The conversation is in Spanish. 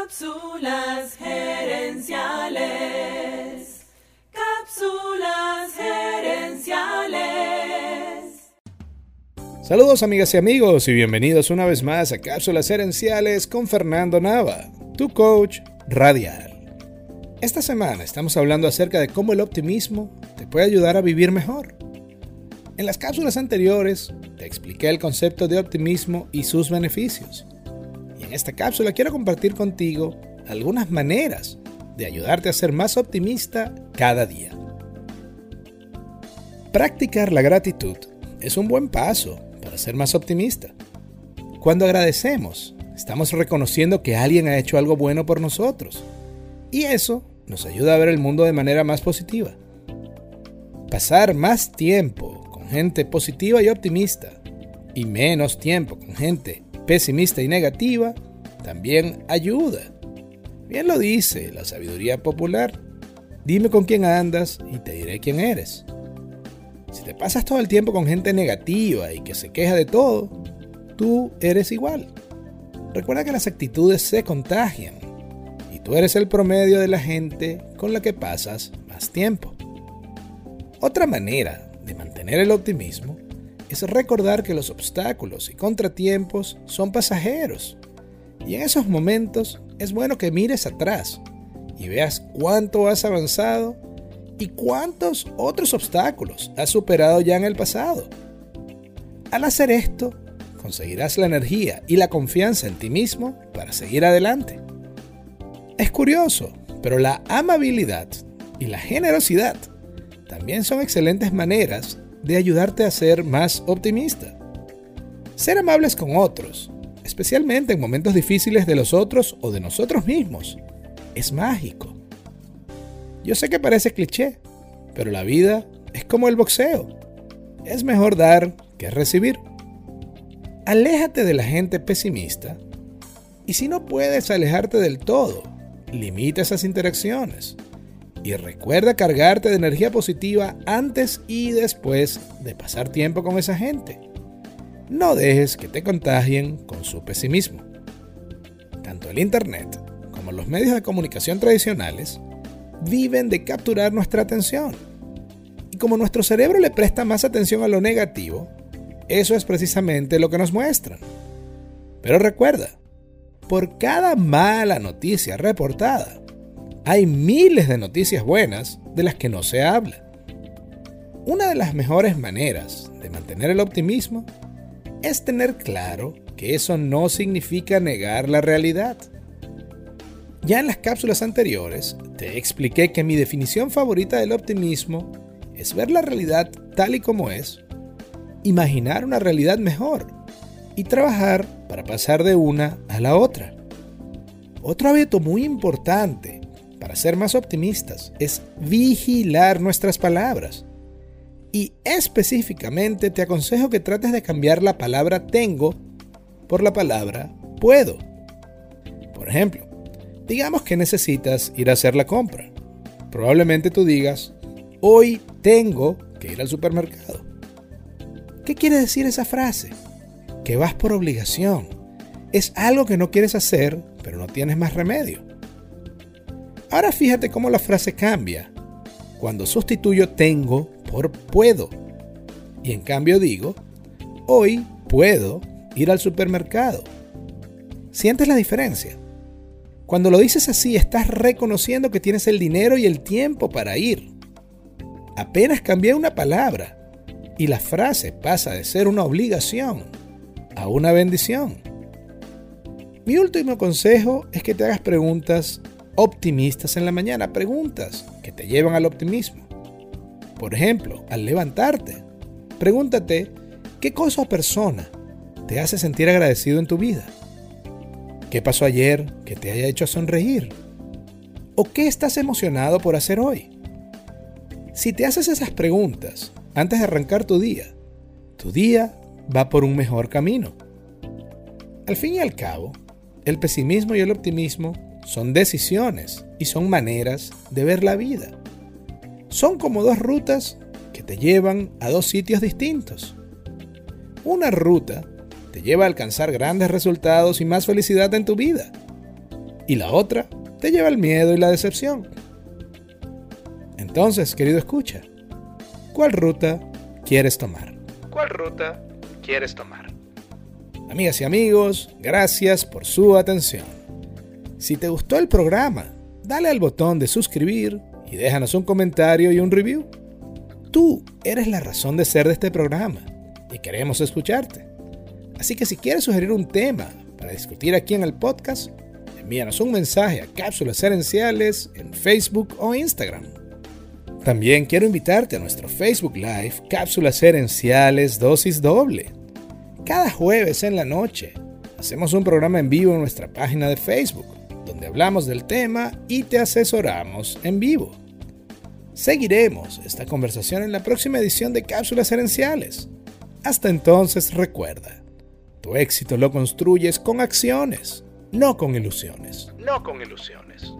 Cápsulas gerenciales. Cápsulas gerenciales. Saludos amigas y amigos y bienvenidos una vez más a Cápsulas gerenciales con Fernando Nava, tu coach radial. Esta semana estamos hablando acerca de cómo el optimismo te puede ayudar a vivir mejor. En las cápsulas anteriores te expliqué el concepto de optimismo y sus beneficios. Y en esta cápsula quiero compartir contigo algunas maneras de ayudarte a ser más optimista cada día. Practicar la gratitud es un buen paso para ser más optimista. Cuando agradecemos, estamos reconociendo que alguien ha hecho algo bueno por nosotros. Y eso nos ayuda a ver el mundo de manera más positiva. Pasar más tiempo con gente positiva y optimista y menos tiempo con gente pesimista y negativa también ayuda. Bien lo dice la sabiduría popular: dime con quién andas y te diré quién eres. Si te pasas todo el tiempo con gente negativa y que se queja de todo, tú eres igual. Recuerda que las actitudes se contagian y tú eres el promedio de la gente con la que pasas más tiempo. Otra manera de mantener el optimismo es recordar que los obstáculos y contratiempos son pasajeros. Y en esos momentos es bueno que mires atrás y veas cuánto has avanzado y cuántos otros obstáculos has superado ya en el pasado. Al hacer esto, conseguirás la energía y la confianza en ti mismo para seguir adelante. Es curioso, pero la amabilidad y la generosidad también son excelentes maneras de ayudarte a ser más optimista. Ser amables con otros, especialmente en momentos difíciles de los otros o de nosotros mismos, es mágico. Yo sé que parece cliché, pero la vida es como el boxeo. Es mejor dar que recibir. Aléjate de la gente pesimista y si no puedes alejarte del todo, limita esas interacciones. Y recuerda cargarte de energía positiva antes y después de pasar tiempo con esa gente. No dejes que te contagien con su pesimismo. Tanto el Internet como los medios de comunicación tradicionales viven de capturar nuestra atención. Y como nuestro cerebro le presta más atención a lo negativo, eso es precisamente lo que nos muestran. Pero recuerda, por cada mala noticia reportada, hay miles de noticias buenas de las que no se habla. Una de las mejores maneras de mantener el optimismo es tener claro que eso no significa negar la realidad. Ya en las cápsulas anteriores te expliqué que mi definición favorita del optimismo es ver la realidad tal y como es, imaginar una realidad mejor y trabajar para pasar de una a la otra. Otro hábito muy importante para ser más optimistas es vigilar nuestras palabras. Y específicamente te aconsejo que trates de cambiar la palabra tengo por la palabra puedo. Por ejemplo, digamos que necesitas ir a hacer la compra. Probablemente tú digas: hoy tengo que ir al supermercado. ¿Qué quiere decir esa frase? Que vas por obligación. Es algo que no quieres hacer, pero no tienes más remedio. Ahora fíjate cómo la frase cambia cuando sustituyo tengo por puedo. Y en cambio digo: hoy puedo ir al supermercado. ¿Sientes la diferencia? Cuando lo dices así, estás reconociendo que tienes el dinero y el tiempo para ir. Apenas cambié una palabra y la frase pasa de ser una obligación a una bendición. Mi último consejo es que te hagas preguntas optimistas en la mañana, preguntas que te llevan al optimismo. Por ejemplo, al levantarte, pregúntate qué cosa o persona te hace sentir agradecido en tu vida. ¿Qué pasó ayer que te haya hecho sonreír? ¿O qué estás emocionado por hacer hoy? Si te haces esas preguntas antes de arrancar tu día va por un mejor camino. Al fin y al cabo, el pesimismo y el optimismo son decisiones y son maneras de ver la vida. Son como dos rutas que te llevan a dos sitios distintos. Una ruta te lleva a alcanzar grandes resultados y más felicidad en tu vida. y la otra te lleva al miedo y la decepción. Entonces, querido escucha, ¿cuál ruta quieres tomar? ¿Cuál ruta quieres tomar? Amigas y amigos, gracias por su atención. Si te gustó el programa, dale al botón de suscribir y déjanos un comentario y un review. Tú eres la razón de ser de este programa y queremos escucharte. Así que si quieres sugerir un tema para discutir aquí en el podcast, envíanos un mensaje a Cápsulas Herenciales en Facebook o Instagram. También quiero invitarte a nuestro Facebook Live Cápsulas Herenciales Dosis Doble. Cada jueves en la noche hacemos un programa en vivo en nuestra página de Facebook, donde hablamos del tema y te asesoramos en vivo. Seguiremos esta conversación en la próxima edición de Cápsulas Herenciales. Hasta entonces recuerda, tu éxito lo construyes con acciones, no con ilusiones.